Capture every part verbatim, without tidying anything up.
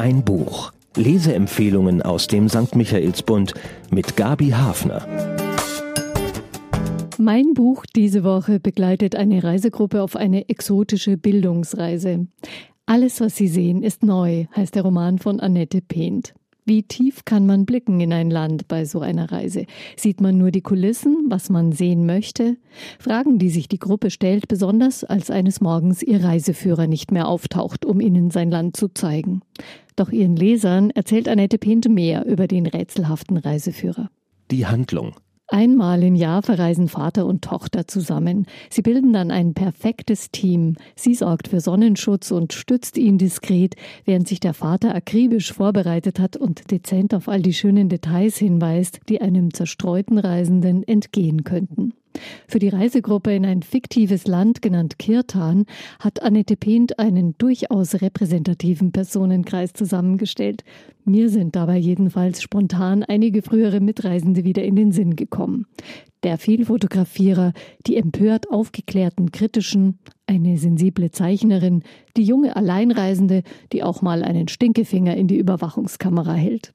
Ein Buch. Leseempfehlungen aus dem Sankt Michaelsbund mit Gabi Hafner. Mein Buch diese Woche begleitet eine Reisegruppe auf eine exotische Bildungsreise. Alles, was Sie sehen, ist neu, heißt der Roman von Annette Pehnt. Wie tief kann man blicken in ein Land bei so einer Reise? Sieht man nur die Kulissen, was man sehen möchte? Fragen, die sich die Gruppe stellt, besonders als eines Morgens ihr Reiseführer nicht mehr auftaucht, um ihnen sein Land zu zeigen. Doch ihren Lesern erzählt Annette Pehnt mehr über den rätselhaften Reiseführer. Die Handlung. Einmal im Jahr verreisen Vater und Tochter zusammen. Sie bilden dann ein perfektes Team. Sie sorgt für Sonnenschutz und stützt ihn diskret, während sich der Vater akribisch vorbereitet hat und dezent auf all die schönen Details hinweist, die einem zerstreuten Reisenden entgehen könnten. Für die Reisegruppe in ein fiktives Land, genannt Kirtan, hat Annette Pehnt einen durchaus repräsentativen Personenkreis zusammengestellt. Mir sind dabei jedenfalls spontan einige frühere Mitreisende wieder in den Sinn gekommen. Der Vielfotografierer, die empört aufgeklärten Kritischen, eine sensible Zeichnerin, die junge Alleinreisende, die auch mal einen Stinkefinger in die Überwachungskamera hält.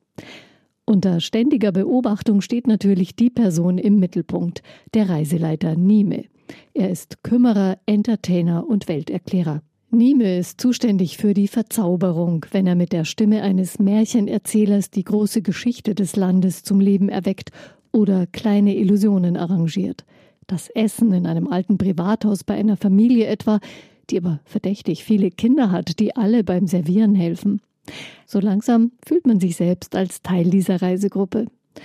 Unter ständiger Beobachtung steht natürlich die Person im Mittelpunkt, der Reiseleiter Nime. Er ist Kümmerer, Entertainer und Welterklärer. Nime ist zuständig für die Verzauberung, wenn er mit der Stimme eines Märchenerzählers die große Geschichte des Landes zum Leben erweckt oder kleine Illusionen arrangiert. Das Essen in einem alten Privathaus bei einer Familie etwa, die aber verdächtig viele Kinder hat, die alle beim Servieren helfen. So langsam fühlt man sich selbst als Teil dieser Reisegruppe.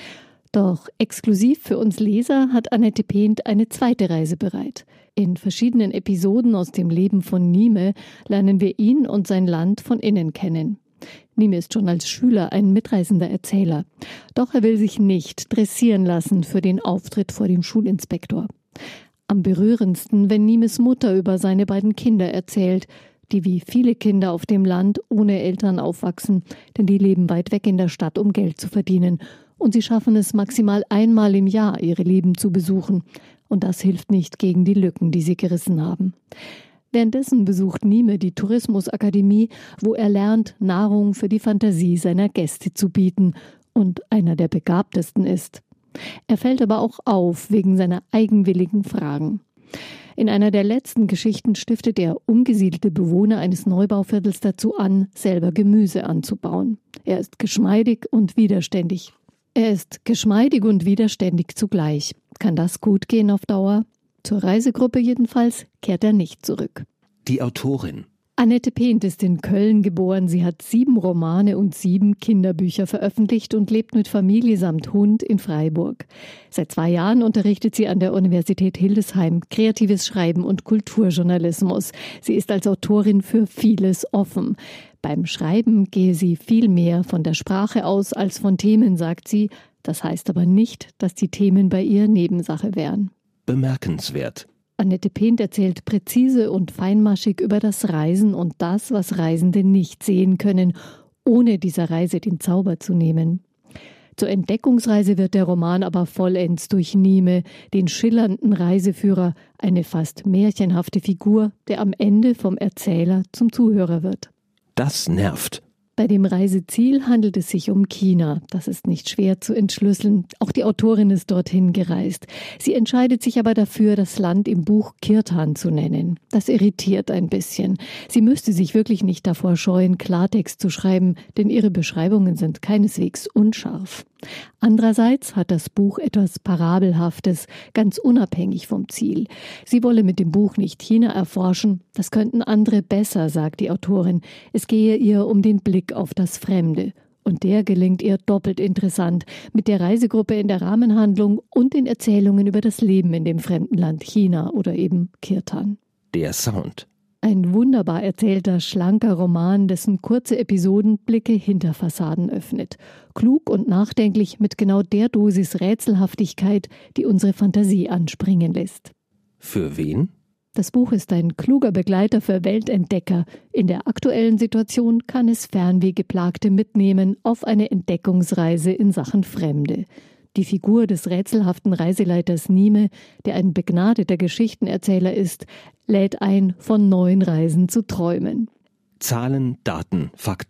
Doch exklusiv für uns Leser hat Annette Pehnt eine zweite Reise bereit. In verschiedenen Episoden aus dem Leben von Nime lernen wir ihn und sein Land von innen kennen. Nime ist schon als Schüler ein mitreisender Erzähler. Doch er will sich nicht dressieren lassen für den Auftritt vor dem Schulinspektor. Am berührendsten, wenn Nimes Mutter über seine beiden Kinder erzählt, die wie viele Kinder auf dem Land ohne Eltern aufwachsen, denn die leben weit weg in der Stadt, um Geld zu verdienen. Und sie schaffen es maximal einmal im Jahr, ihre Lieben zu besuchen. Und das hilft nicht gegen die Lücken, die sie gerissen haben. Währenddessen besucht Nime die Tourismusakademie, wo er lernt, Nahrung für die Fantasie seiner Gäste zu bieten und einer der begabtesten ist. Er fällt aber auch auf wegen seiner eigenwilligen Fragen. In einer der letzten Geschichten stiftet er umgesiedelte Bewohner eines Neubauviertels dazu an, selber Gemüse anzubauen. Er ist geschmeidig und widerständig. Er ist geschmeidig und widerständig zugleich. Kann das gut gehen auf Dauer? Zur Reisegruppe jedenfalls kehrt er nicht zurück. Die Autorin. Annette Pehnt ist in Köln geboren. Sie hat sieben Romane und sieben Kinderbücher veröffentlicht und lebt mit Familie samt Hund in Freiburg. Seit zwei Jahren unterrichtet sie an der Universität Hildesheim kreatives Schreiben und Kulturjournalismus. Sie ist als Autorin für vieles offen. Beim Schreiben gehe sie viel mehr von der Sprache aus als von Themen, sagt sie. Das heißt aber nicht, dass die Themen bei ihr Nebensache wären. Bemerkenswert. Annette Pehnt erzählt präzise und feinmaschig über das Reisen und das, was Reisende nicht sehen können, ohne dieser Reise den Zauber zu nehmen. Zur Entdeckungsreise wird der Roman aber vollends durch Nime, den schillernden Reiseführer, eine fast märchenhafte Figur, der am Ende vom Erzähler zum Zuhörer wird. Das nervt. Bei dem Reiseziel handelt es sich um China. Das ist nicht schwer zu entschlüsseln. Auch die Autorin ist dorthin gereist. Sie entscheidet sich aber dafür, das Land im Buch Kirtan zu nennen. Das irritiert ein bisschen. Sie müsste sich wirklich nicht davor scheuen, Klartext zu schreiben, denn ihre Beschreibungen sind keineswegs unscharf. Andererseits hat das Buch etwas Parabelhaftes, ganz unabhängig vom Ziel. Sie wolle mit dem Buch nicht China erforschen, das könnten andere besser, sagt die Autorin. Es gehe ihr um den Blick auf das Fremde. Und der gelingt ihr doppelt interessant, mit der Reisegruppe in der Rahmenhandlung und den Erzählungen über das Leben in dem fremden Land China oder eben Kirtan. Der Sound. Ein wunderbar erzählter, schlanker Roman, dessen kurze Episoden Blicke hinter Fassaden öffnet. Klug und nachdenklich mit genau der Dosis Rätselhaftigkeit, die unsere Fantasie anspringen lässt. Für wen? Das Buch ist ein kluger Begleiter für Weltentdecker. In der aktuellen Situation kann es Fernwehgeplagte mitnehmen auf eine Entdeckungsreise in Sachen Fremde. Die Figur des rätselhaften Reiseleiters Nime, der ein begnadeter Geschichtenerzähler ist, lädt ein, von neuen Reisen zu träumen. Zahlen, Daten, Fakten.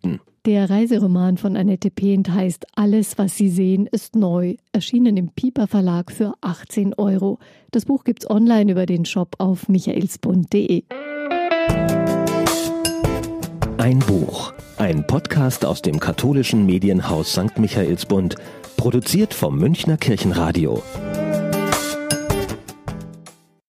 Der Reiseroman von Annette Pehnt heißt »Alles, was Sie sehen, ist neu«, erschienen im Piper Verlag für achtzehn Euro. Das Buch gibt's online über den Shop auf michaelsbund punkt de. Ein Buch, ein Podcast aus dem katholischen Medienhaus Sankt Michaelsbund, produziert vom Münchner Kirchenradio.